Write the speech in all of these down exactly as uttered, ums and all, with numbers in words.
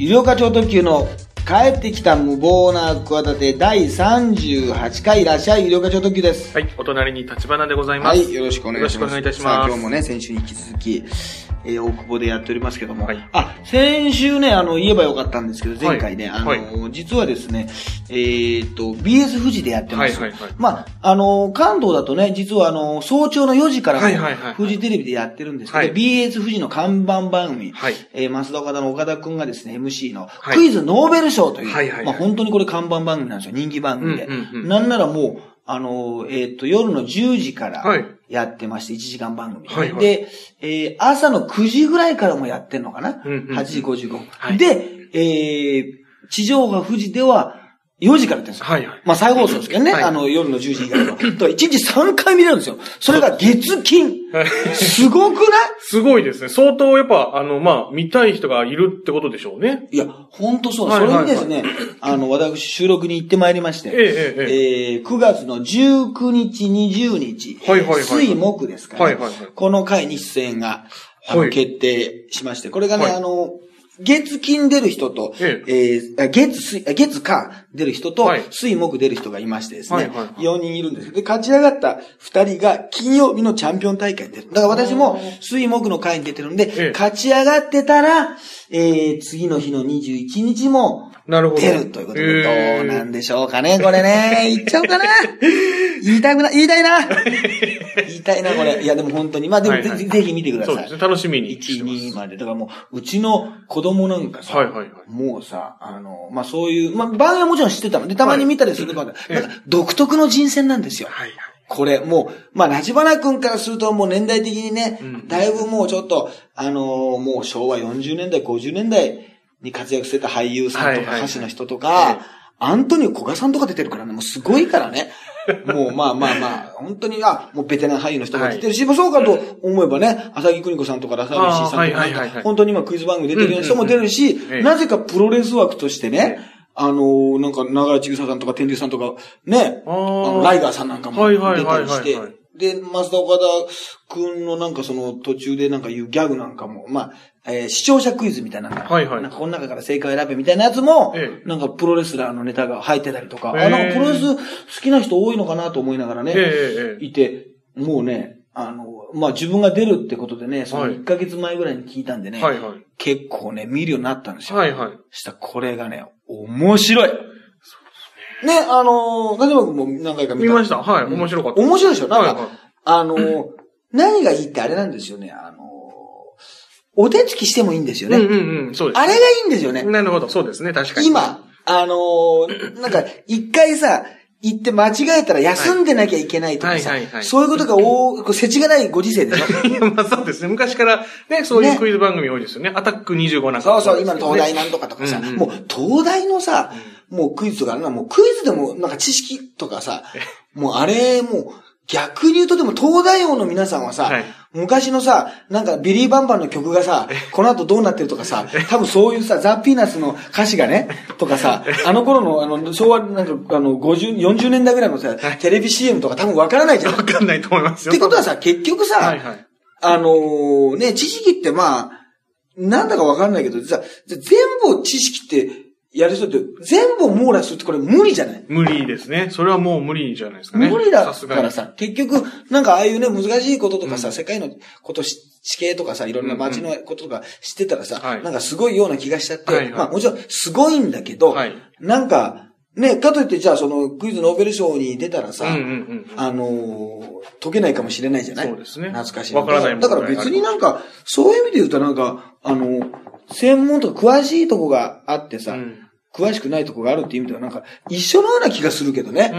医療課長特急の帰ってきた無謀な企てだいさんじゅうはちかい、いらっしゃい、医療課長特急です。 はい、お隣に立花でございます。 はい、よろしくお願いします。 よろしくお願いいたします。さあ、 今日もね、先週に引き続き、えー、大久保でやっておりますけども、 はい、 あ、先週ね、あの、言えばよかったんですけど、前回ね、はい、あの、はい、実はですね、えっと、ビーエス 富士でやってます。 はいはいはい。 まあ、あの、関東だとね、実はあの、早朝のよじから、はいはいはい、フジテレビでやってるんですけど、はい、ビーエス 富士の看板番組、はい、えー、増田岡田の岡田くんがですね、エムシー の、クイズノーベル賞という、はいはいはいはい、まあ、本当にこれ看板番組なんですよ、人気番組で。うんうんうん、なんならもう、あの、えっ、ー、と、夜のじゅうじからやってまして、いちじかん番組で、はいはい。で、えー、朝のくじぐらいからもやってんのかな、うんうんうん、はちじごじゅうごふん、はい。で、えー、地上波富士ではよじからやってるんですよ。はいはい。まあ再放送ですけどね、はい、あの、夜のじゅうじ以外は。だからいちにちさんかい見れるんですよ。それが月金。すごくない？ すごいですね。相当やっぱ、あの、まあ、見たい人がいるってことでしょうね。 いや、ほんとそう。それにですね、はいはいはい、あの、私収録に行ってまいりまして、えええええー、くがつのじゅうくにち、にじゅうにち、はいはいはいはい、水木ですから、ね、はいはいはい、この回に出演が、あの、はい、決定しまして、これがね、はい、あの、月金出る人と、えええー、月水、月火出る人と、はい、水木出る人がいましてですね、はいはいはい、よにんいるんですけど、で、勝ち上がったふたりが金曜日のチャンピオン大会に出る。だから私も水木の会に出てるんで、ええ、勝ち上がってたら、えー、次の日のにじゅういちにちも、出るということで、どうなんでしょうかね、これね。言っちゃおうかな。言いたくな、言いたいな。言いたいな、これ。いや、でも本当に。まあでも、はいはい、ぜ, ぜひ見てください。そうですね、 楽しみに。 いち、にまで。だからもう、うちの子供なんかさ、はいはいはい、もうさ、あの、まあそういう、まあ番組はもちろん知ってたので、たまに見たりするから、はい、なんか独特の人選なんですよ。はいはい、これ、もう、まあ、立花君からするともう年代的にね、うん、だいぶもうちょっと、あのー、もうしょうわよんじゅうねんだい、ごじゅうねんだいに活躍してた俳優さんとか歌手の人とか、はいはいはい、アントニオ古賀さんとか出てるからね、もうすごいからね。もうまあまあまあ、本当に、あ、もうベテラン俳優の人が出てるし、はい、そうかと思えばね、浅木邦子さんとかラサール石井さんとか、はいはいはいはい、本当に今クイズ番組出てるような人も出るし、うんうんうん、なぜかプロレス枠としてね、あのー、なんか、長良千草さんとか天竜さんとか、ね、あの、ライガーさんなんかも出たりして、はいはいはいはい、で、増田岡田くんのなんかその途中でなんか言うギャグなんかも、まあ、えー、視聴者クイズみたいなのが、はいはい、なんかこの中から正解を選べみたいなやつも、ええ、なんかプロレスラーのネタが入ってたりとか、えー、あ、なんかプロレス好きな人多いのかなと思いながらね、えー、いて、もうね、あの、まあ、自分が出るってことでね、そのいっかげつまえぐらいに聞いたんでね、はいはい、結構ね、見るようになったんですよ。はいはい。したらこれがね、面白い。そうですね。ね、あのー、立花君も何回か見た。 見ました。はい、うん、面白かった。 面白いでしょ。なんか、はいはい、あのー、何がいいってあれなんですよね、あのー、お手つきしてもいいんですよね。うんうんうん、そうです、ね。あれがいいんですよね。 なるほど、そうですね、確かに。 今、あのー、なんか、一回さ、行って間違えたら休んでなきゃいけないとかさ、はいはいはいはい、そういうことが大、せちがないご時世でしょ。 いや、まあそうですね。昔からね、そういうクイズ番組多いですよね。ね、アタックにじゅうごなんか、 ね。そうそう、今の東大なんとかとかさ、うんうん、もう東大のさ、うん、もうクイズとかあるのはもうクイズでもなんか知識とかさ、もうあれもう逆に言うとでも東大王の皆さんはさ、はい、昔のさ、なんかビリーバンバンの曲がさ、この後どうなってるとかさ、多分そういうさ、ザ・ピーナッツの歌詞がね、とかさ、あの頃のあの、昭和なんかあの、ごじゅう、よんじゅうねんだいぐらいのさ、テレビ シーエム とか多分わからないじゃん。 わかんないと思いますよ。 ってことはさ、結局さ、はいはい、あのー、ね、知識ってまあ、なんだかわかんないけど、さ、全部知識って、やる人って全部網羅するってこれ無理じゃない？ 無理ですね。それはもう無理じゃないですかね。 無理だからさ、結局、なんかああいうね、難しいこととかさ、うん、世界のこと地形とかさ、いろんな街のこととか知ってたらさ、うんうん、なんかすごいような気がしちゃって、はいはい、まあもちろんすごいんだけど、はい、なんか、ね、かといってじゃあそのクイズノーベル賞に出たらさ、うんうんうん、あのー、解けないかもしれないじゃない？ そうですね。 懐かしい。 わからないもんだから別になんか、そういう意味で言うとなんか、あの、専門とか詳しいとこがあってさ、うん詳しくないとこがあるっていう意味ではなんか一緒のような気がするけどね。うん、うん、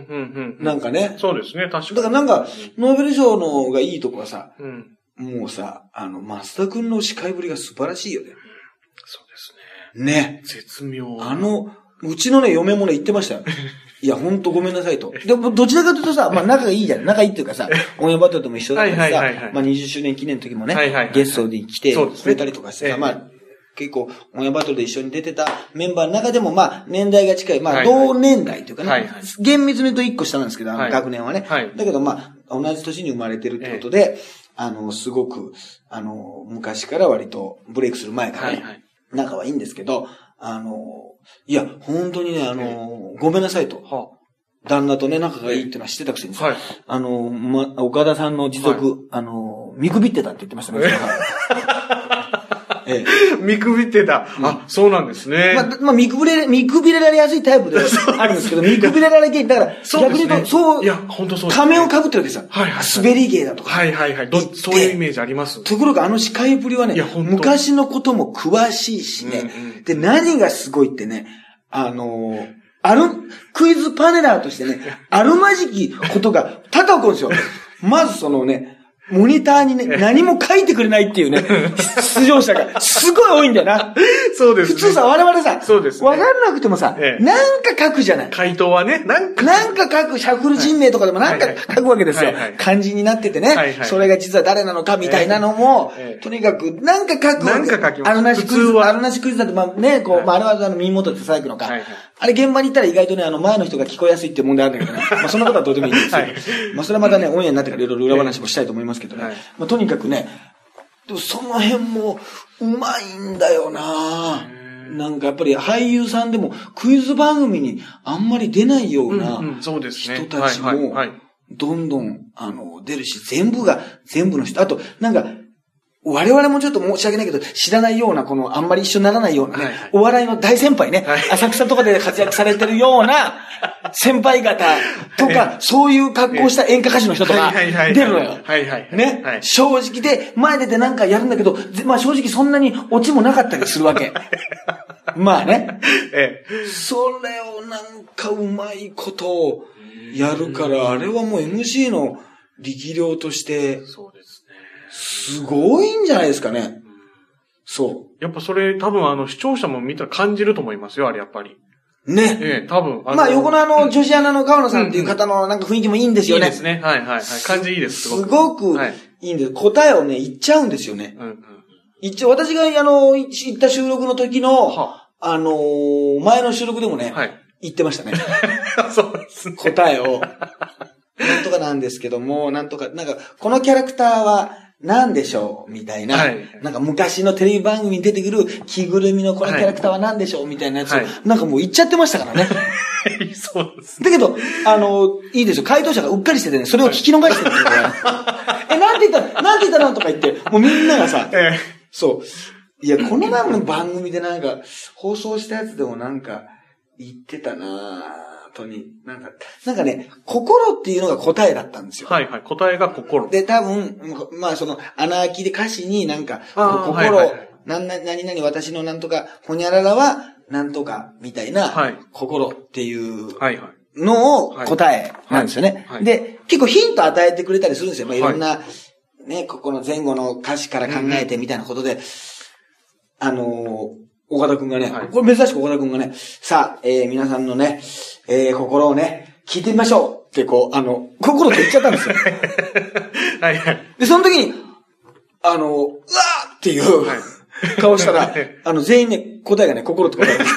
うん、うん。なんかね。 そうですね、確かに。 だからなんか、ノーベル賞のがいいとこはさ、うん、もうさ、あの、増田くんの司会ぶりが素晴らしいよね。 そうですね。 ね。 絶妙。 あの、うちのね、嫁もね言ってましたよ。いや、ほんとごめんなさいと。でも、どちらかというとさ、まあ仲がいいじゃん。仲いいっていうかさ、オンエアバトルとも一緒だからさ、はいはいはいはい、まあにじゅっしゅうねん記念の時もね、はいはいはいはい、ゲストに来てくれたりとかしてさ、まあ、結構、オンエアバトルで一緒に出てたメンバーの中でも、まあ、年代が近い、まあ、同年代というかね、はいはい、厳密に言うと一個下なんですけど、あの、学年はね、はい。だけど、まあ、同じ年に生まれてるってことで、ええ、あの、すごく、あの、昔から割とブレイクする前からね、はいはい、 仲はいいんですけど、あの、いや、本当にね、あの、ごめんなさいと。はあ、旦那とね、仲がいいっていうのは知ってたくせにさ、はい、あの、ま、岡田さんの持続、はい、あの、見くびってたって言ってましたね。 ええ、見くびってた。うん、あ、そうなんですね。 まあ、まあ、見くびれ、見くびれられやすいタイプであるんですけど、見くびれられ系、だから、逆に言うと、そう、 いや、本当そう。 仮面を被ってるわけですよ。 はいはい。 滑り芸だとか。 はいはいはい。ど、そういうイメージあります。 ところが、あの司会ぶりはね、昔のことも詳しいしね、うんうん、で、何がすごいってね、あのー、ある、クイズパネラーとしてね、あるまじきことが多々起こるんですよ。まずそのね、モニターにね、何も書いてくれないっていうね、出場者がすごい多いんだよな。 そうですね。 普通さ、我々さ、 そうですね。 わかんなくてもさ、ええ、なんか書くじゃない。 回答はね、なんか。 なんか書く、シャッフル人名とかでもなんか書くわけですよ。漢字になっててね、はいはい、それが実は誰なのかみたいなのも、ええ、とにかく、なんか書くわけ。 なんか書きます。 あるなしクイズ、あるなしクイズだって、まあね、こう、はい、まああれはあの、耳元で叩くのか。はいはい、あれ現場に行ったら意外とね、あの、前の人が聞こえやすいっていう問題あるんだけどね。まあそんなことはどうでもいいんですよ。はい、まあそれはまたね、オンエアになってからいろいろ裏話もしたいと思いますけどね。はい、まあとにかくね、でもその辺も、うまいんだよなぁ。なんかやっぱり俳優さんでもクイズ番組にあんまり出ないような人たちもどんどんあの出るし、全部が全部の人、あとなんか我々もちょっと申し訳ないけど知らないようなこのあんまり一緒にならないようなね、はいはい、お笑いの大先輩ね、はい、浅草とかで活躍されてるような先輩方とか、そういう格好した演歌歌手の人とか出るのよ。ね、はい、正直で前出てなんかやるんだけど、まあ正直そんなにオチもなかったりするわけ。まあね、ええ。それをなんかうまいことをやるから、あれはもう エムシー の力量として、そうですね。すごいんじゃないですかね。そう。 やっぱそれ多分あの視聴者も見たら感じると思いますよ、あれやっぱり。 ね。 ええ、多分。 あまあ横のあの、女子アナの川野さんっていう方のなんか雰囲気もいいんですよね。 いいですね。はいはいはい。感じいいです。 すごくいいんです。答えをね、言っちゃうんですよね。うんうん。一応私があの、行った収録の時の、はあのー、前の収録でもね、はい、言ってましたね。 そうですね。 答えを。なんとかなんですけども、なんとか、なんか、このキャラクターは何でしょうみたいな、はい、なんか昔のテレビ番組に出てくる着ぐるみのこのキャラクターは何でしょうみたいなやつを、はい、なんかもう言っちゃってましたからね。 そうですね。だけど、あの、いいですよ。回答者がうっかりしててね、それを聞き逃してるってことだえ、なんて言ったなんて言ったのとか言って、もうみんながさ、ええ、そう。いや、この前の番組でなんか、放送したやつでもなんか、言ってたなぁ、とに。なんか、なんかね、心っていうのが答えだったんですよ。 はいはい、答えが心。 で、多分、まあその、穴開きで歌詞になんか、心、はいはいはい、なんな、何々私のなんとか、ほにゃららは、なんとか、みたいな、はい、心っていうのを答えなんですよね。はいはいはい、で、結構ヒント与えてくれたりするんですよ。まあいろんな、はい、ね、ここの前後の歌詞から考えてみたいなことで、うんうん、あのー、岡田くんがね、はい、これ珍しく岡田くんがね、さあ、えー、皆さんのね、えー、心をね、聞いてみましょうってこう、あの、心って言っちゃったんですよ。はいはい。で、その時に、あの、うわーっていう、はい、顔したら、あの、全員ね、答えがね、心って答える。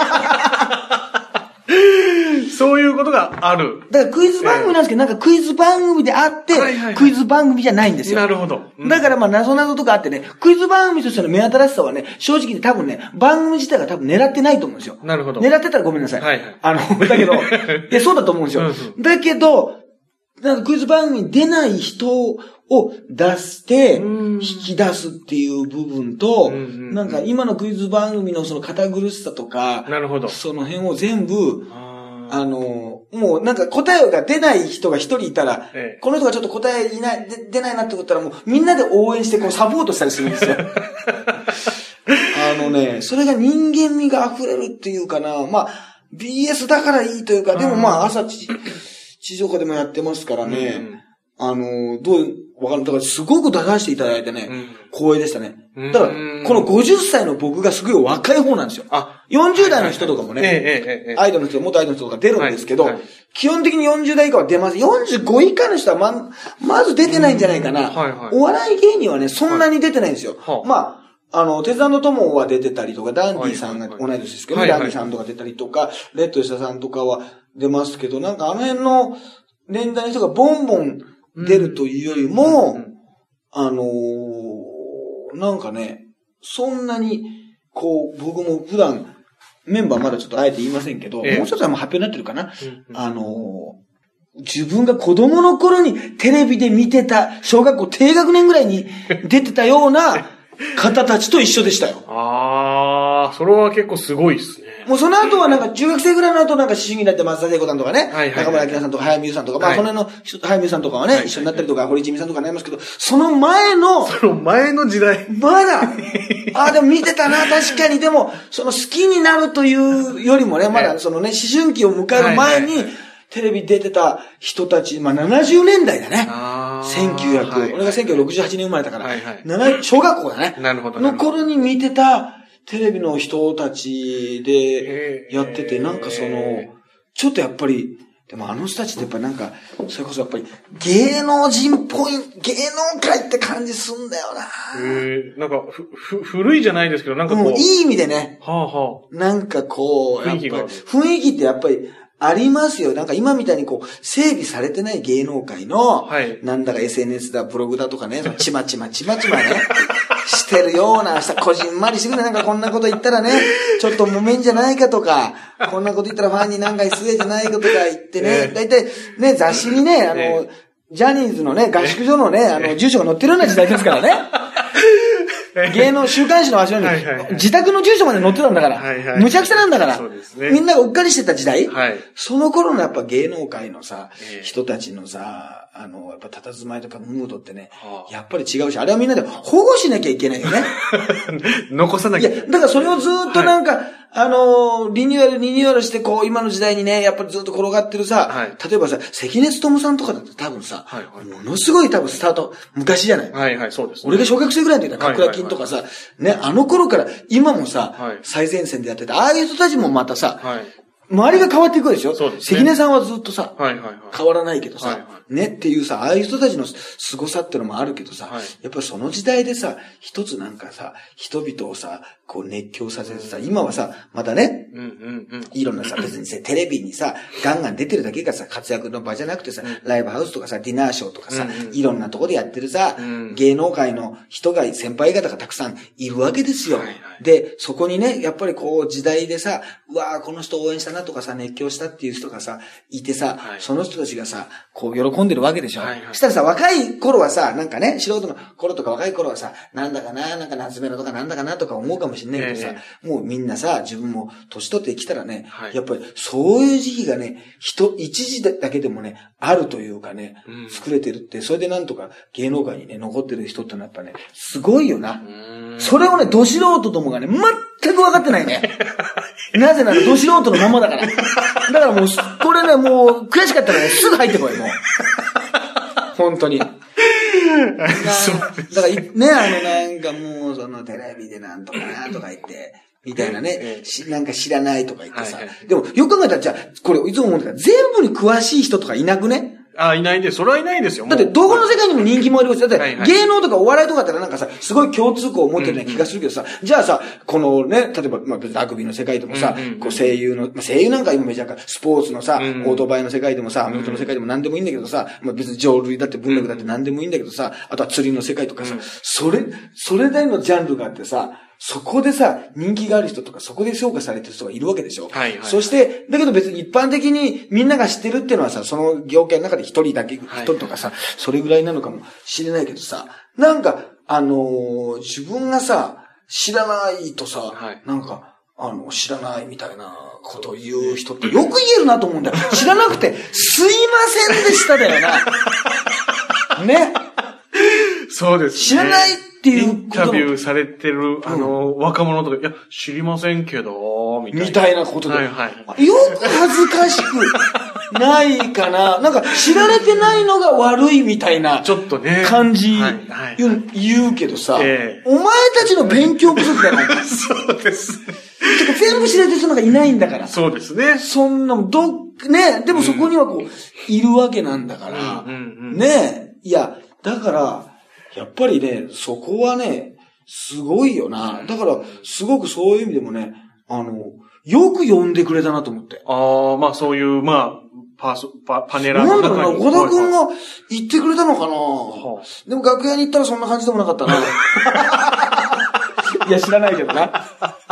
そういうことがある。 だからクイズ番組なんですけど、えー、なんかクイズ番組であって、はいはいはい、クイズ番組じゃないんですよ。 なるほど。 うん、だからまあ、謎々とかあってね、クイズ番組としての目新しさはね、正直に多分ね、番組自体が多分狙ってないと思うんですよ。 なるほど。 狙ってたらごめんなさい。はいはい。あの、だけど、いや、そうだと思うんですよ。うんうん、だけど、なんかクイズ番組に出ない人を出して、引き出すっていう部分と、うんうんうん、なんか今のクイズ番組のその堅苦しさとか、 なるほど。 その辺を全部、あの、もうなんか答えが出ない人が一人いたら、ええ、この人がちょっと答えいない、出ないなってことったらもうみんなで応援してこうサポートしたりするんですよ。あのね、それが人間味が溢れるっていうかな、まあ、ビーエス だからいいというか、でもまあ朝地上波でもやってますからね、うんうん、あの、どう、わかんない。だからすごく出させていただいてね、うん、光栄でしたね。だから、このごじゅっさいの僕がすごい若い方なんですよ。あ、よんじゅう代の人とかもね、はいはいはい、アイドルの人、元アイドルの人とか出るんですけど、はいはい、基本的によんじゅう代以下は出ます。よんじゅうご以下の人はま、まず出てないんじゃないかな。はいはい、お笑い芸人はね、そんなに出てないんですよ。はい、まあ、あの、鉄腕の友は出てたりとか、ダンディさんが同い年ですけど、はいはいはい、ダンディさんとか出たりとか、レッド吉田さんとかは出ますけど、なんかあの辺の年代の人がボンボン出るというよりも、うんうんうん、あのー、なんかね、そんなにこう、僕も普段、メンバーまだちょっとあえて言いませんけど、ええ、もう一つはもう発表になってるかな。うんうん、あの、自分が子供の頃にテレビで見てた、小学校低学年ぐらいに出てたような方たちと一緒でしたよ。 ああ、それは結構すごいですね。 もうその後はなんか中学生ぐらいの後なんか思春期になって松田聖子さんとかね、はいはいはい、中村明菜さんとか早見優さんとか、まあその辺の早見優さんとかはね、はいはいはい、一緒になったりとか、堀ちみさんとかになりますけど、その前の、 その前の時代。 まだ、ああでも見てたな、確かに。でも、その好きになるというよりもね、まだそのね、思春期を迎える前に、はいはいはい、テレビ出てた人たち、まあななじゅうねんだいだね。せんきゅうひゃく、はいはい、俺がせんきゅうひゃくろくじゅうはちねん生まれたから、はいはい、小学校だね。 なるほど。 の頃に見てたテレビの人たちでやってて、なんかその、ちょっとやっぱり、でもあの人たちってやっぱりなんか、それこそやっぱり芸能人っぽい、芸能界って感じすんだよな。 へえ、なんかふ、ふ、古いじゃないですけど、なんかこう。 うん、いい意味でね。 はあはあ。 なんかこう、 雰囲気が。 雰囲気ってやっぱり、ありますよ。なんか今みたいにこう、整備されてない芸能界の、はい、なんだか エスエヌエス だ、ブログだとかね、ちまちまちまちまね、してるような、さ、こじんまりしてくるなんかこんなこと言ったらね、ちょっと揉めんじゃないかとか、こんなこと言ったらファンになんか失礼じゃないかとか言ってね、だいたいね、雑誌にね、あの、ジャニーズのね、合宿所のね、あの、住所が載ってるような時代ですからね。芸能週刊誌の足のに、はいはいはい、自宅の住所まで載ってたんだから、はいはい、むちゃくちゃなんだから、そうですね、みんながうっかりしてた時代、はい、その頃のやっぱ芸能界のさ、えー、人たちのさ、あの、やっぱ佇まいとかムードってね、はあ、やっぱり違うし、あれはみんなで保護しなきゃいけないよね。 残さなきゃいけない。 いや、だからそれをずっとなんか、はい、あの、リニューアル、リニューアルして、こう、今の時代にね、やっぱりずっと転がってるさ、はい、例えばさ、関根勤さんとかだって多分さ、はいはい、ものすごい多分スタート、昔じゃない。 はいはい、そうです、ね。 俺が小学生ぐらいの時だったら、かくら金とかさ、はいはいはい、ね、あの頃から今もさ、はい、最前線でやってた、ああいう人たちもまたさ、はい、周りが変わっていくでしょ。そうですね。関根さんはずっとさ、はいはいはい、変わらないけどさ、はいはい、ねっていうさ、ああいう人たちの凄さってのもあるけどさ、はい、やっぱりその時代でさ、一つなんかさ、人々をさ、こう熱狂させてさ、今はさ、またね、うんうんうん、いろんなさ、別にさ、テレビにさ、ガンガン出てるだけがさ、活躍の場じゃなくてさ、うん、ライブハウスとかさ、ディナーショーとかさ、うんうん、いろんなとこでやってるさ、うん、芸能界の人が、先輩方がたくさんいるわけですよ。はいはい、で、そこにね、やっぱりこう時代でさ、うわーこの人応援したなとかさ、熱狂したっていう人がさ、いてさ、はい、その人たちがさ、こう喜んでるわけでしょ。はいはい、したらさ、若い頃はさ、なんかね、素人の頃とか若い頃はさ、なんだかな、なんか夏メロとかなんだかなとか思うかもしれないけどさ、えー、もうみんなさ、自分も年取ってきたらね、はい、やっぱりそういう時期がね、人、一時だけでもね、あるというかね、うん、作れてるって、それでなんとか芸能界にね、残ってる人ってのはやっぱね、すごいよな。それをね、ど素人どもがね、全く分かってないね。なぜならど素人のままだから。だからもう、これね、もう悔しかったらね、すぐ入ってこい、もう。本当に。だからね、あのなんかもう、そのテレビでなんとかなとか言って、みたいなね、しなんか知らないとか言ってさ。はいはい、でも、よく考えたら、じゃあ、これいつも思うんだけど、全部に詳しい人とかいなくね？ あ、いないです。それはいないですよ。 だって、どこの世界にも人気もいるし、だって、芸能とかお笑いとかだったらなんかさ、すごい共通項を持ってるような気がするけどさ、うんうん、じゃあさ、このね、例えば、まあ、別にラグビーの世界でもさ、うんうんうん、こう声優の、まあ、声優なんか今メジャーか、スポーツのさ、うんうん、オートバイの世界でもさ、アメフトの世界でも何でもいいんだけどさ、まあ、別に浄瑠璃だって文学だって何でもいいんだけどさ、あとは釣りの世界とかさ、うん、それ、それなりのジャンルがあってさ、そこでさ、人気がある人とか、そこで評価されてる人がいるわけでしょ。はいはい。そして、だけど別に一般的にみんなが知ってるっていうのはさ、その業界の中で一人だけ、一人とかさ、それぐらいなのかもしれないけどさ、なんか、あのー、自分がさ、知らないとさ、はい、なんか、あの、知らないみたいなことを言う人ってよく言えるなと思うんだよ。知らなくて、すいませんでしただよな。ね。 そうですね。 知らないっていうこと。 インタビューされてる、あの、うん、若者とか、いや、知りませんけど、みたいな。 みたいなことで。はいはい。よく恥ずかしくないかな。なんか、知られてないのが悪いみたいな。 ちょっとね。 感じ、はいはい、言うけどさ、えー、お前たちの勉強不足だな。 そうです。 全部知られてる人なんかいないんだから。 そうですね。 そんな、ど、ね、でもそこにはこう、うん、いるわけなんだから、うんうんうん、ね、いや、だから、やっぱりね、そこはね、すごいよな。だから、すごくそういう意味でもね、あの、よく呼んでくれたなと思って。 ああ、まあそういう、まあ、パーソ、パ、パネラーの中に。 なんだろうな、岡田くんが言ってくれたのかな、はあ、でも楽屋に行ったらそんな感じでもなかったな。いや、知らないけどな。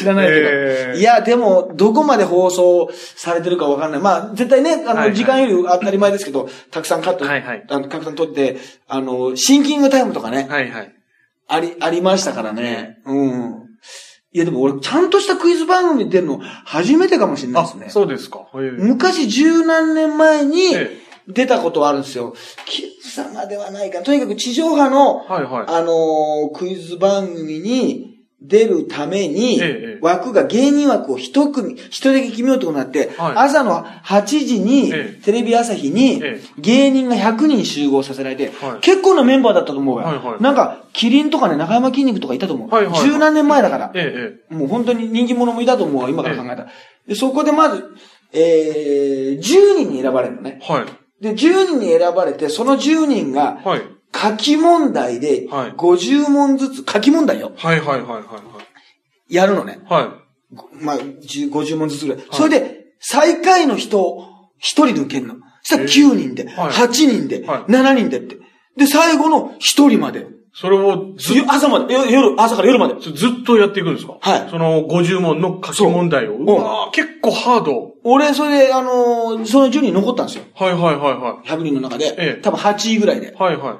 知らないけど。えー、いや、でも、どこまで放送されてるかわかんない。まあ、絶対ね、あの、はいはい、時間より当たり前ですけど、たくさんカット、はいはい、あの、たくさん撮って、あの、シンキングタイムとかね。はいはい。あり、ありましたからね。うん。いや、でも俺、ちゃんとしたクイズ番組に出るの、初めてかもしれないですね。 あ、そうですか。 昔、十何年前に、出たことはあるんですよ。キッズさんがではないかな。とにかく地上波の、はいはい、あのー、クイズ番組に出るために、ええ、枠が芸人枠を一組、一人だけ決めようってことになって、はい、朝のはちじに、ええ、テレビ朝日に、芸人がひゃくにん集合させられて、はい、結構なメンバーだったと思うよ。はいはい、なんか、キリンとかね、中山筋肉とかいたと思う。はいはいはい、十何年前だから、ええ。もう本当に人気者もいたと思うわ、今から考えたら。ええ、でそこでまず、えー、じゅうにんに選ばれるのね。はいで、じゅうにんに選ばれて、そのじゅうにんが、書き問題で、ごじゅうもんずつ、書き問題よ。はいはいはいはい。やるのね。はい。まあ、ごじゅうもんずつぐらい。それで、最下位の人、ひとり抜けんの。そしたらきゅうにんで、はちにんで、しちにんでって。で、最後のひとりまで。 それをず、朝まで、夜、朝から夜まで。 ずっとやっていくんですか？はい。そのごじゅうもんの書き問題を。うわぁ、結構ハード。 俺、それで、あのー、そのじゅうにん残ったんですよ。はいはいはいはい。ひゃくにんの中で。ええ。多分はちいぐらいで。はいはい。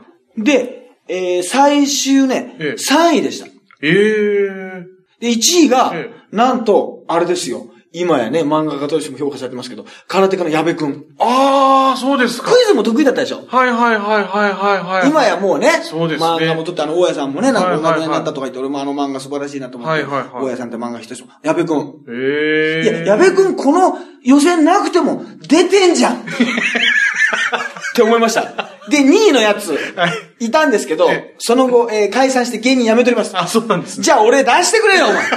で、えー、最終ね、ええ、さんいでした。ええー。で、いちいが、ええ、なんと、あれですよ。今やね、漫画家としても評価されてますけど、空手家の矢部くん。 ああ、そうですか。 クイズも得意だったでしょ。 はいはいはいはいはいはい。 今やもうね、 そうですね。 漫画も撮ってあの、大家さんもね、なんかお亡くなりになったとか言って、俺もあの漫画素晴らしいなと思って、はいはいはい。大家さんって漫画一つも。矢部くん。へえ。いや、矢部くんこの予選なくても出てんじゃんって思いました。で、にいのやつ、いたんですけど、その後、えー、解散して芸人辞めとります。 あ、そうなんですね。 じゃあ俺出してくれよ、お前。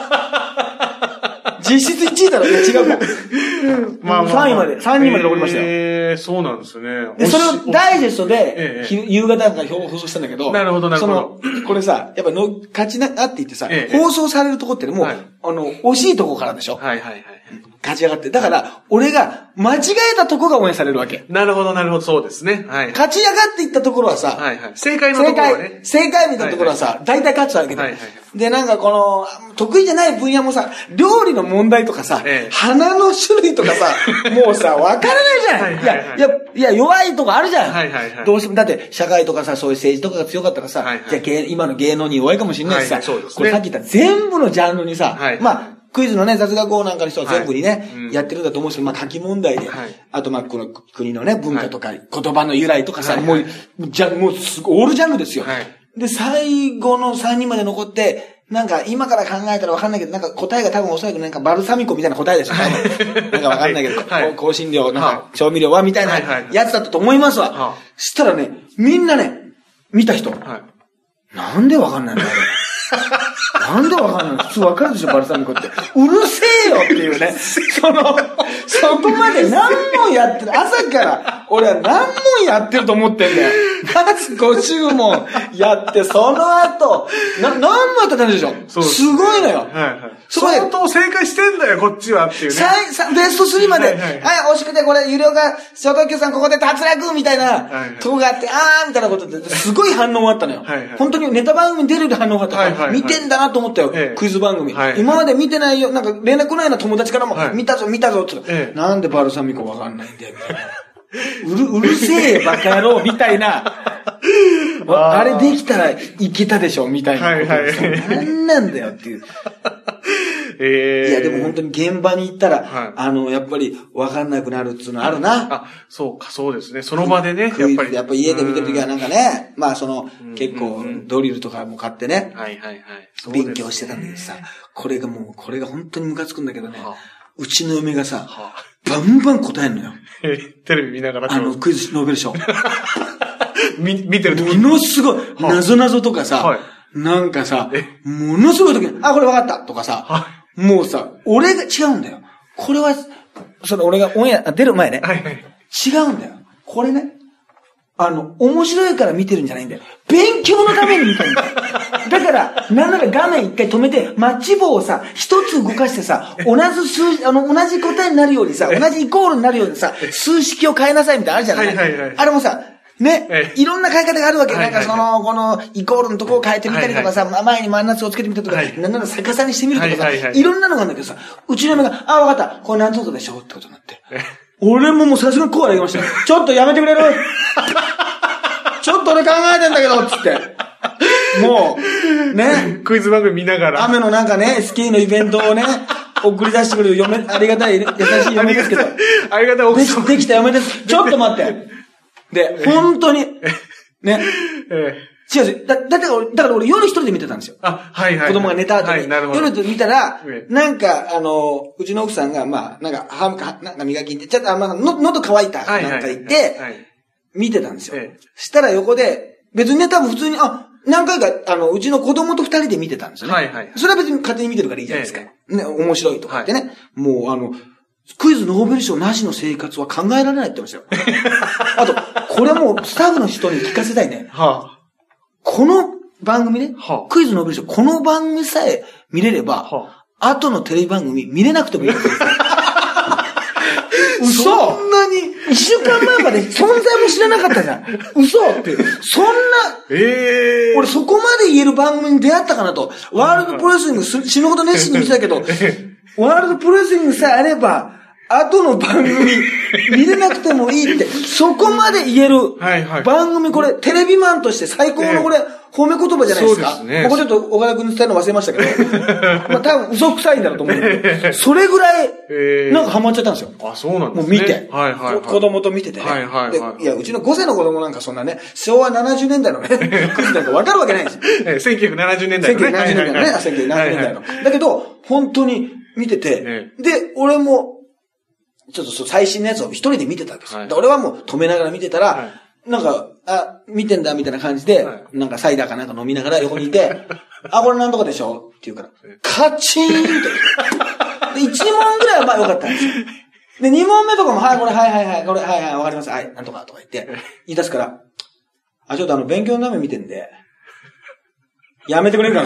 実質いちいだろ。いや、違うか。まあまあ、さんいまで、さんにんまで残りましたよ。 ええー、そうなんですね。 で、それをダイジェストで、ええ、夕方なんか放送したんだけど、 なるほど、なるほど。 その、これさ、やっぱの、勝ちな、あって言ってさ、ええ、放送されるとこってもう、はい、あの、惜しいとこからでしょ。はいはいはい。勝ち上がって。だから、俺が間違えたとこが応援されるわけ。 なるほど、なるほど、そうですね。はい。 勝ち上がっていったところはさ、はいはい。 正解のところはね。 正解、正解みたいなところはさ、はいはい、大体勝つわけで。はいはい。で、なんかこの、得意じゃない分野もさ、料理の問題とかさ、ええ、花の種類とかさ、もうさ、わからないじゃん。はいはいはい、いや、いや、いや、弱いとこあるじゃん。はいはいはい。どうしても、だって、社会とかさ、そういう政治とかが強かったらさ、はいはい、じゃあ芸、今の芸能に弱いかもしれないしさ、はいはい、そうですね。これさっき言った全部のジャンルにさ、はい、まあ、クイズのね、雑学校なんかの人は全部にね、はいうん、やってるんだと思うんですけど、まあ書き問題で、はい、あとまあこの国のね、文化とか、はい、言葉の由来とかさ、はい、もう、じゃ、もうすごい、オールジャンルですよ。はい、で、最後のさんにんまで残って、なんか今から考えたらわかんないけど、なんか答えが多分おそらくなんかバルサミコみたいな答えでしょ。なんかわかんないけど、はい、香辛料、なんか調味料はみたいなやつだったと思いますわ。はい、したらね、みんなね、見た人、はい、なんでわかんないんだろう。なんでわかんないの？普通わかるでしょ、バルサミコって。うるせえよっていうね。その、そこまで何問やってる。朝から俺は何問やってると思ってんだよ。まずごじゅうもんやって、その後、な、何問やってたんでしょ？そうすごいのよ。はいはい。 相当正解してんだよ、こっちはっていうね。 ベストスリーまで、はい、はい、はい、惜しくてこれ、有料が、小東京さんここで脱落みたいな、はいはい、とこがあって、あーみたいなことで、すごい反応があったのよ。はいはい、本当にネタ番組に出るより反応があったから、はいはいはい、見てんだなと思ったよ、ええ、クイズ番組、はいはい。今まで見てないよ、なんか連絡来ないな友達からも、はい、見たぞ見たぞって、ええ、なんでバルサミコわかんないんだよ、みたいな。うる、うるせえバカ野郎みたいな。あ, あれできたらいけたでしょみたいな。はいはい。なんなんだよっていう。えー、いやでも本当に現場に行ったら、はい、あの、やっぱり分かんなくなるっていうのあるな。 あ、そうか、そうですね。その場でね、やっぱり。やっぱ家で見てるときはなんかね、まあその、結構ドリルとかも買ってね。はいはいはい。勉強してたんだけどさ、これがもう、これが本当にムカつくんだけどね。はあ、うちの嫁がさ、はあ、バンバン答えんのよ。 テレビ見ながら。 あの、クイズノーベル賞。 見、見てるときものすごい、なぞなぞとかさ、はい、なんかさ、ものすごいときに、あ、これ分かったとかさ、はい、もうさ、俺が違うんだよ。これは、それ俺がオンエア出る前ね、はいはい、違うんだよ。これね、あの、面白いから見てるんじゃないんだよ。勉強のために見てるんだよ。だから、なんなら画面一回止めて、マッチ棒をさ、一つ動かしてさ、同じ数、あの、同じ答えになるようにさ、同じイコールになるようにさ、数式を変えなさいみたいなのあるじゃない、はいはいはい、あれもさ、 ね、いろんな変え方があるわけ。なんかその、この、イコールのとこを変えてみたりとかさ、前に真夏をつけてみたとか、なんなら逆さにしてみるとかさ、いろんなのがあるんだけどさ、うちの嫁が、あ、わかった、これ何とかでしょってことになって。俺ももうさすがに声上げましたよ。ちょっとやめてくれるちょっと俺考えてんだけど、つって。もう、ね。 クイズ番組見ながら。 雨のなんかね、スキーのイベントをね、送り出してくれる嫁、ありがたい、優しい嫁ですけど。 ありがたい奥さん。 できた嫁です。ちょっと待って。で、本当に、ね。違うだ、だから俺、だから俺夜一人で見てたんですよ。 あ、はいはい。 子供が寝た後に。 はい、なるほど。 夜で見たら、なんか、あの、うちの奥さんが、まあ、なんか、歯、なんか磨きに、ちょっと、まあ、の、喉乾いた、なんか言って、見てたんですよ。したら横で、別にね、多分普通に、あ、何回か、あの、うちの子供と二人で見てたんですよね。はいはい。それは別に勝手に見てるからいいじゃないですか。ね、面白いとか言ってね。もう、あの、クイズノーベル賞なしの生活は考えられないって言ってましたよ。あと、これもスタッフの人に聞かせたいね。はあ、この番組ね、はあ、クイズノーベル賞、この番組さえ見れれば、はあ、後のテレビ番組見れなくてもいい。嘘そんなに一週間前まで存在も知らなかったじゃん。嘘って。そんな、えー、俺そこまで言える番組に出会ったかなと。ワールドプロレスリング死ぬほど熱心に見てたけど、ワールドプロレスリングさえあれば、後の番組見れなくてもいいって、そこまで言える番組、これテレビマンとして最高のこれ褒め言葉じゃないですか。そうですね。ここちょっと岡田君に伝えるの忘れましたけど、まあ多分嘘くさいんだろうと思うんだけど、それぐらいなんかハマっちゃったんですよ。 あ、そうなんですね。 もう見て、はいはいはい、子供と見ててね。はいはいはい。いや、うちのごさいの子供なんかそんなね、昭和ななじゅうねんだいのね、クイズなんかわかるわけないんですよ。 せんきゅうひゃくななじゅうねんだいのね。 せんきゅうひゃくななじゅうねんだいのね、せんきゅうひゃくななじゅうねんだいの。だけど、本当に見てて、で、俺も、ちょっと最新のやつを一人で見てたわけですよ。はい、俺はもう止めながら見てたら、はい、なんか、あ、見てんだみたいな感じで、はい、なんかサイダーかなんか飲みながら横にいて、あ、これなんとかでしょって言うから、カチーンって。で、いち問ぐらいはまあ良かったんですよ。で、に問目とかも、はい、これ、はいはいはい、これ、はいはい、わかります。はい、なんとかとか言って、言い出すから、あ、ちょっとあの、勉強のため見てんで、やめてくれるかな。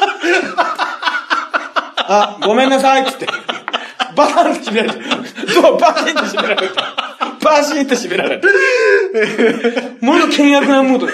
あ、ごめんなさいっつって。バーンって閉められて。ドアバシンって閉められて。バシンって閉められて。もの険悪なムードで。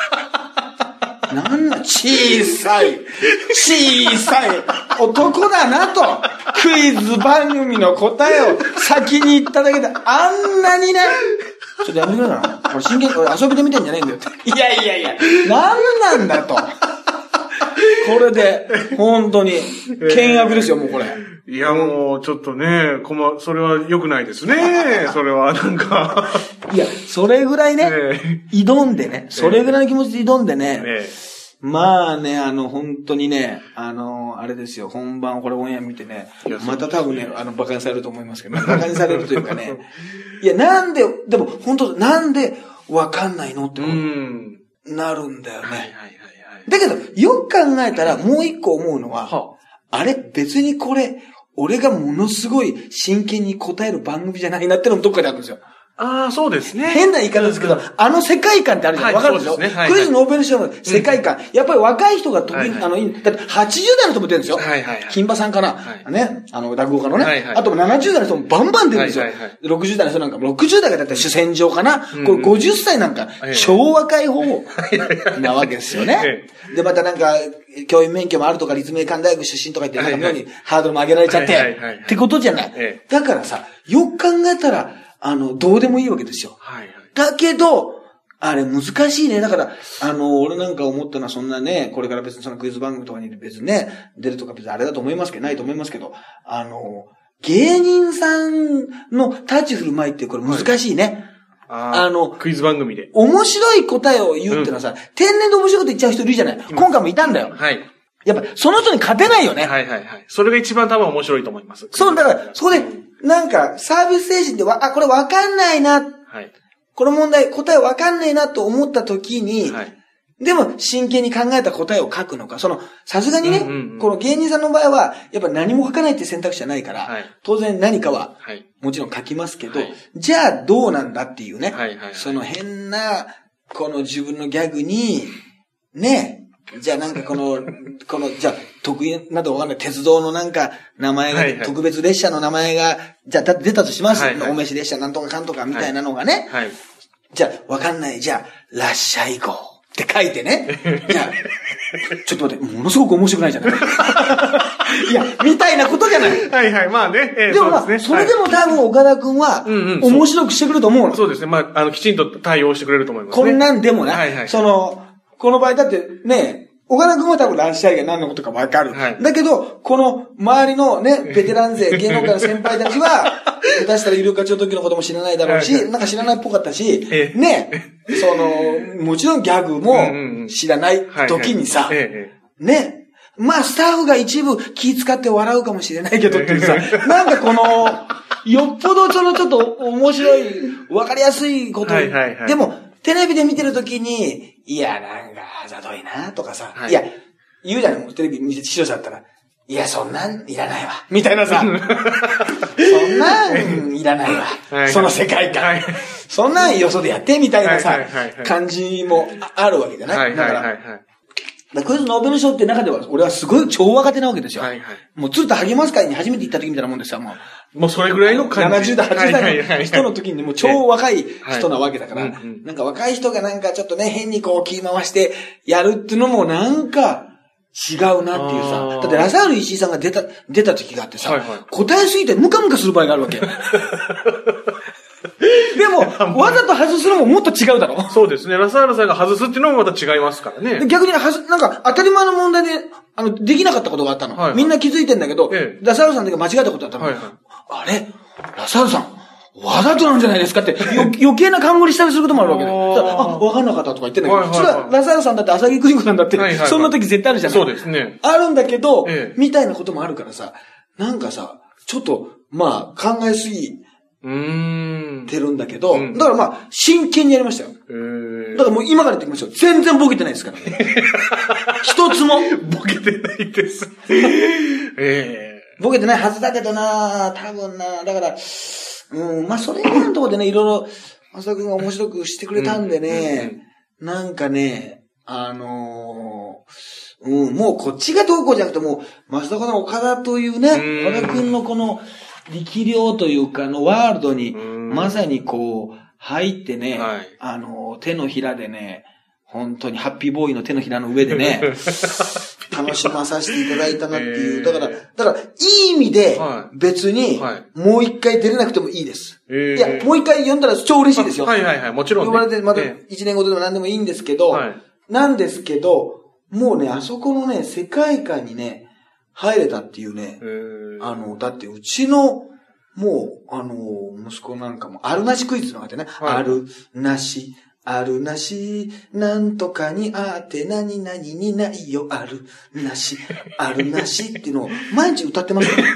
なんだ、小さい、小さい男だなと。クイズ番組の答えを先に言っただけで、あんなにね、ちょっとやめてくれよな。俺真剣に、俺遊びで見てんじゃないんだよって。いやいやいや、なんなんだと。これで、本当に、険悪ですよ、もうこれ。 いや、もう、ちょっとね、こま、それは良くないですね。それは、なんか。 いや、それぐらいね、挑んでね、それぐらいの気持ちで挑んでね、まあね、あの、本当にね、あの、あれですよ、本番、これオンエア見てね、また多分ね、あの、馬鹿にされると思いますけど、馬鹿にされるというかね、いや、なんで、でも、本当なんでわかんないのってなるんだよね。だけど、よく考えたら、もう一個思うのは、はあ、あれ、別にこれ、俺がものすごい真剣に答える番組じゃないなってのもどっかであるんですよ。 ああ、そうですね。 変な言い方ですけど、うんうん、あの世界観ってあるじゃん。わ、はい、かるでしょ、ねはいはい、クイズノーベル賞の世界観。うん、やっぱり若い人が得意、はいはい、あの、だってはちじゅうだいの人も出るんですよ。はいはいはい。金馬さんかな、はい、ね。あの、落語家のね。はいはい、あとななじゅうだいの人もバンバン出るんですよ。はいはいはい、ろくじゅうだいの人なんかも、ろくじゅうだいがだったら主戦場かな。うん、これごじゅっさいなんか、超若い方なわけですよね。で、またなんか、教員免許もあるとか、立命館大学出身とか言って、なんか妙にハードルも上げられちゃって、ってことじゃない。だからさ、よく考えたら、あの、どうでもいいわけですよ。はいはい、だけど、あれ難しいね。だから、あの、俺なんか思ったのはそんなね、これから別にそのクイズ番組とかに別にね、出るとか別にあれだと思いますけど、ないと思いますけど、あの、芸人さんの立ち振る舞いってこれ難しいね。 はい、あ, あの、クイズ番組で。 面白い答えを言うってのはさ、うん、天然で面白いこと言っちゃう人いるじゃない。今回もいたんだよ。はい。やっぱ、その人に勝てないよね。 はいはいはい。それが一番多分面白いと思います。 そう、だから、そこで、なんか、サービス精神でわ、あ、これわかんないな。はい。この問題、答えわかんないなと思った時に、はい。でも、真剣に考えた答えを書くのか。その、さすがにね、うんうんうん、この芸人さんの場合は、やっぱ何も書かないって選択肢はないから、はい、当然何かは、はい、もちろん書きますけど、はい、じゃあどうなんだっていうね、はいはいはい、その変な、この自分のギャグに、ね、じゃあなんかこの、この、じゃあ得意などわかんない鉄道のなんか名前が、はいはい、特別列車の名前が、じゃあ出たとします、はいはい、お召し列車なんとかかんとかみたいなのがね、はいはい、 じゃあ、わかんない。じゃあ、らっしゃい号って書いてね。じゃあ、ちょっと待って、ものすごく面白くないじゃないいや、みたいなことじゃない。 はいはい、まあね。えー、 でもまあ、そ, ね、それでも多分岡田くんは、面白くしてくれると思うの。 そうですね。まあ、あの、きちんと対応してくれると思います、 ね。こんなんでもね、はいはい、その、この場合だってね、岡田くんは多分らっしゃいが何のことかわかる。はい、だけど、この周りのね、ベテラン勢、芸能界の先輩たちは、下手したらイルカ町の時のことも知らないだろうし、なんか知らないっぽかったし、ね、その、もちろんギャグも知らない時にさ、ね、まあスタッフが一部気使って笑うかもしれないけどっていうさ、なんかこの、よっぽどそのちょっと面白い、わかりやすいこと、はいはいはい、でも、テレビで見てるときに、いや、なんか、あざといな、とかさ、はい、いや、言うじゃん、テレビ見て、視聴者だったら、いや、そんなんいらないわ、みたいなさ、そんなんいらないわ、はいはい、その世界観、はい、そんなんよそでやって、みたいなさ、はいはいはいはい、感じもあるわけじゃない、はいはいはいはい、だから、クイズノーベル賞って中では、俺はすごい超若手なわけですよ。はいはい、もう、鶴田励ます会に初めて行った時みたいなもんですよ、もう。 もうそれぐらいの感じ。 ななじゅう代、はちじゅう代の人の時にもう超若い人なわけだから、なんか若い人がなんかちょっとね、変にこう気回してやるっていうのもなんか違うなっていうさ。だってラサール石井さんが出た、出た時があってさ、はいはい、答えすぎてムカムカする場合があるわけ。でも、わざと外すのももっと違うだろ。 そうですね。ラサールさんが外すっていうのもまた違いますからね。 逆にはず、なんか当たり前の問題で、あの、できなかったことがあったの。はいはい、みんな気づいてんだけど、ええ、ラサールさんだけ間違えたことだったの。はいはい、あれラサールさん、わざとなんじゃないですかって余計な勘繰りしたりすることもあるわけで。あ、わかんなかったとか言ってんだけど、はいはいはい、それはラサールさんだって浅木邦子さんだって、はいはいはい、そんな時絶対あるじゃない。 そうですね。 あるんだけど、ええ、みたいなこともあるからさ、なんかさ、ちょっと、まあ、考えすぎ、うーん。てるんだけど、うん、だからまあ、真剣にやりましたよ。へー。だからもう今から言ってきましょう。全然ボケてないですからね。一つも。 ボケてないです。 えー、ボケてないはずだけどな多分なだから、うん、まあそれ以外のところでね、いろいろ、浅田くんが面白くしてくれたんでね、うん、なんかね、あのー、うん、もうこっちがどうこうじゃなくてもう、増田の岡田というね、岡田くんのこの、力量というかのワールドに、まさにこう、入ってね、はい、あの、手のひらでね、本当にハッピーボーイの手のひらの上でね、楽しまさせていただいたなっていう。だから、だから、いい意味で、別に、もう一回出れなくてもいいです。はい、いや、もう一回読んだら超嬉しいですよ。 はいはいはい、もちろん、ね。 呼ばれて、また一年後でも何でもいいんですけど、はい、なんですけど、もうね、あそこのね、世界観にね、入れたっていうね、あの、だってうちの、もう、あの、息子なんかも、あるなしクイズのがあってね、はい、あるなし、あるなし、なんとかにあって何々にないよ、あるなし、あるなしっていうのを毎日歌ってますから、ね。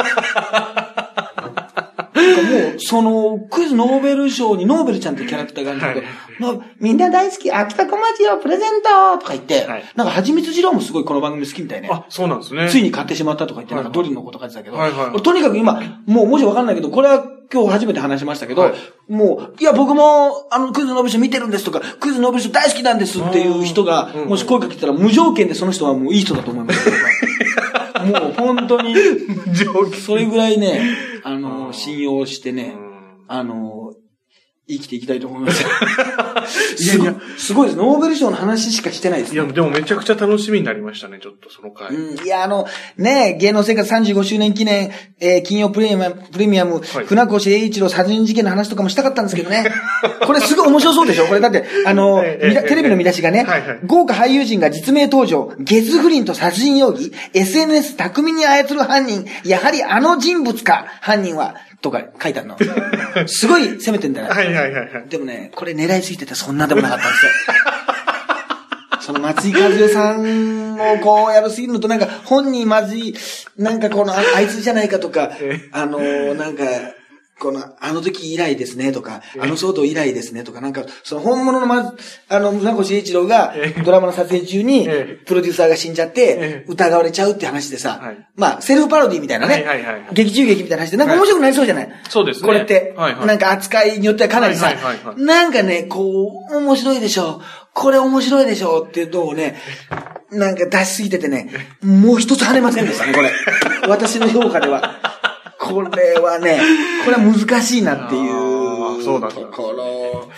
なんかもう、その、クイズノーベル賞にノーベルちゃんってキャラクターがあるんだけど、はい、みんな大好き、秋田小町をプレゼントとか言って、はい、なんか、はちみつ二郎もすごいこの番組好きみたいね。 あ、そうなんですね。 ついに買ってしまったとか言って、なんかドリルのこと書いてたけど、はいはいはい、とにかく今、もうもしわかんないけど、これは今日初めて話しましたけど、はい、もう、いや、僕も、あの、クイズノーベル賞見てるんですとか、クイズノーベル賞大好きなんですっていう人が、もし声かけたら、無条件でその人はもういい人だと思います。もう本当に、それぐらいね、あの、信用してね、あの、生きていきたいと思います。いやいや、すごいです。ノーベル賞の話しかしてないです、ね。 いや、でもめちゃくちゃ楽しみになりましたね、ちょっとその回。 うん、いや、あの、ね、芸能生活さんじゅうごしゅうねん記念、えー、金曜プレミアム、プレミアム、はい、船越英一郎殺人事件の話とかもしたかったんですけどね。これすごい面白そうでしょこれだって、あの、テレビの見出しがね、はいはい、豪華俳優陣が実名登場、ゲス不倫と殺人容疑、エスエヌエス 巧みに操る犯人、やはりあの人物か、犯人は、とか書いてあるの。すごい攻めてんだよ。 はいはいはい、はい。 でもね、これ狙いすぎててそんなでもなかったんですよ。その松井和代さんをこうやるすぎるのとなんか本人まずい、なんかこの あ, あいつじゃないかとか、あのー、なんか、この、あの時以来ですねとか、あの騒動以来ですねとか、なんか、その本物のまず、あの、船越英一郎がドラマの撮影中に、プロデューサーが死んじゃって、疑われちゃうって話でさ、まあ、セルフパロディみたいなね、劇中劇みたいな話で、なんか面白くなりそうじゃない？ そうですね。 これって、なんか扱いによってはかなりさ、なんかね、こう、面白いでしょ、これ面白いでしょっていうのをね、なんか出しすぎててね、もう一つ跳ねませんでしたね、これ。私の評価では。これはね、これは難しいなっていうところ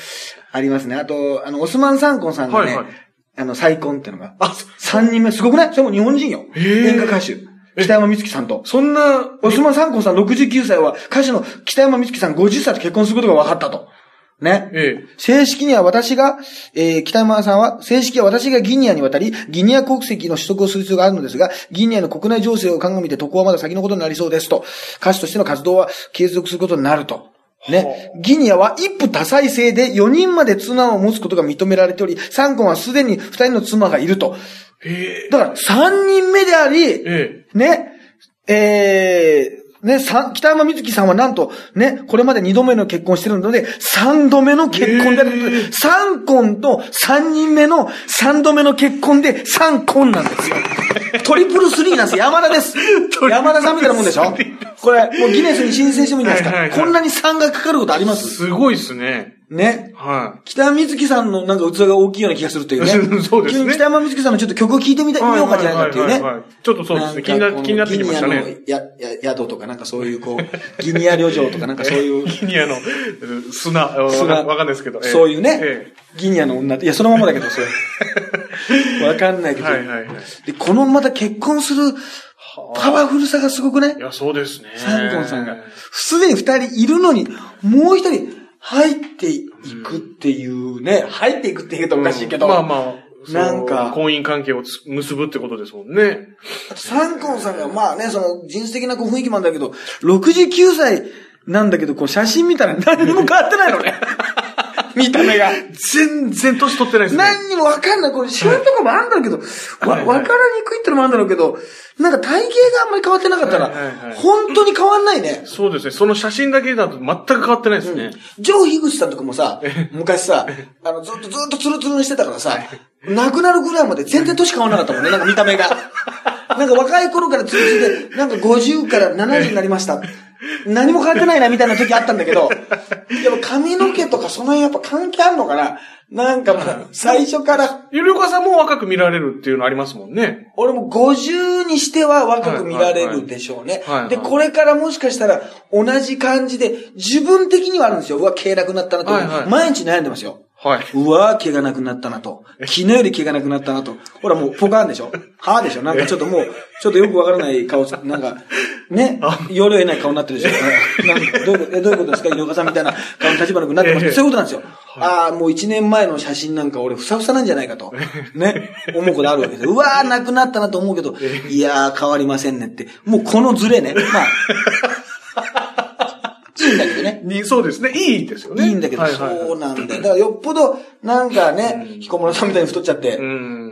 ありますね。あと、あの、オスマン・サンコンさんがね、はいはい、あの、再婚っていうのが。あ、三人目、すごくない？それも日本人よ。演歌歌手。北山美月さんと。 そんな、 オスマン・サンコンさんろくじゅうきゅうさいは、歌手の北山美月さんごじゅっさいと結婚することが分かったと。ね。ええ、正式には私が、えー、北山さんは、正式は私がギニアに渡り、ギニア国籍の取得をする必要があるのですが、ギニアの国内情勢を鑑みて渡航はまだ先のことになりそうですと。歌手としての活動は継続することになると。ね。ギニアは一夫多妻制でよにんまで妻を持つことが認められており、サンコンはすでにふたりの妻がいると。へだからさんにんめであり、えね、えー、ね、さ、北山美月さんはなんと、ね、これまでにどめの結婚してるので、さんどめの結婚である。えー、さんこんとさんにんめのさんどめの結婚でさんこんなんですよ。トリプルスリーなんですよ。山田です。山田さんみたいなもんでしょ？これ、もうギネスに申請してもいいんじゃないですか。はいはいはい、こんなにさんがかかることあります？ すごいですね。 ね。はい。北山美月さんのなんか器が大きいような気がするというね。 そうですね。 北山美月さんのちょっと曲を聴いてみた、みようかじゃないかっていうね。はいはいはいはい、 ちょっとそうですね。気にな、気になってきましたね。 ギニアのや、や、宿とかなんかそういうこう、ギニア旅情とかなんかそういう。 ギニアの砂、砂、わかんないですけど。 そういうね。ええ、ギニアの女って、いや、そのままだけど、それ。わかんないけど。はいはいはい。で、このまた結婚するパワフルさがすごくね。 いや、そうですね。 サンコンさんが。すでに二人いるのに、もう一人、入っていくっていうね、うん、入っていくって言うとおかしいけど。 うん、まあまあ。なんか。婚姻関係を結ぶってことですもんね。 サンコンさんが、まあね、その、人種的なこう雰囲気もあるんだけど、ろくじゅうきゅうさいなんだけど、こう写真見たら何にも変わってないのね。見た目が。 全然年取ってないですね。 何にもわかんない。これ、シワとかもあるんだけど、はい、わ、わからにくいってのもあるんだろうけど、なんか体型があんまり変わってなかったら、はいはいはい、本当に変わんないね。 そうですね。その写真だけだと全く変わってないですね。 うん、ジョー・ヒグチさんとかもさ、昔さ、あの、ずっとずっとツルツルにしてたからさ、亡くなるぐらいまで全然年変わらなかったもんね。なんか見た目が。なんか若い頃からツルツルで、なんかごじゅうからななじゅうになりました。何も変わってないなみたいな時あったんだけど、でも髪の毛とかその辺やっぱ関係あるのかな？なんかもう最初から。 ゆりおかさんも若く見られるっていうのありますもんね。 俺もごじゅうにしては若く見られるでしょうね。はいはいはい、で、これからもしかしたら同じ感じで自分的にはあるんですよ。うわ、毛なくなったなと、はいはい。毎日悩んでますよ。はい。うわー、毛がなくなったなと。昨日より毛がなくなったなと。ほらもうポカーンでしょ？はぁでしょ？なんかちょっともう、ちょっとよくわからない顔、なんか、ね、よれ得ない顔になってるでしょ？なんかどういうこと、え、どういうことですか？井岡さんみたいな顔の立花君になってます。そういうことなんですよ。ああ、もう一年前の写真なんか俺ふさふさなんじゃないかと。ね。思うことあるわけですよ。うわー、なくなったなと思うけど、いやー、変わりませんねって。もうこのズレね。まあ。いいんだけどね。 そうですね。いいですよね。 いいんだけど、はいはいはい、そうなんだよ。だからよっぽど、なんかね、うん、彦摩呂さんみたいに太っちゃって、うん、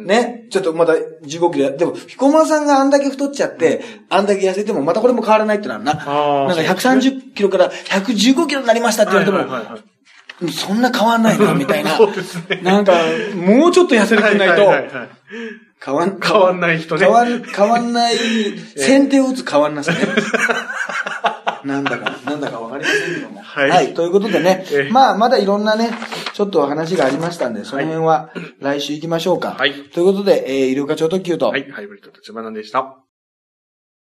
ね、ちょっとまたじゅうごキロ、でも、彦摩呂さんがあんだけ太っちゃって、うん、あんだけ痩せても、またこれも変わらないってなるな。なんかひゃくさんじゅっキロからひゃくじゅうごキロになりましたって言われても、はいはいはいはい、そんな変わんないな、みたいな。 そうですね。 なんか、もうちょっと痩せてくれないと、はいはいはいはい、 変わん、変わんない人ね。 変わん、変わんない、先手を打つ変わんなさね。なんだか、なんだかわかりませんけども。はい。はい。ということでね、えー、まあ、まだいろんなね、ちょっと話がありましたんで、その辺は来週行きましょうか。はい。ということで、えー、医療課長特急と。 はい、ハイブリッド立花でした。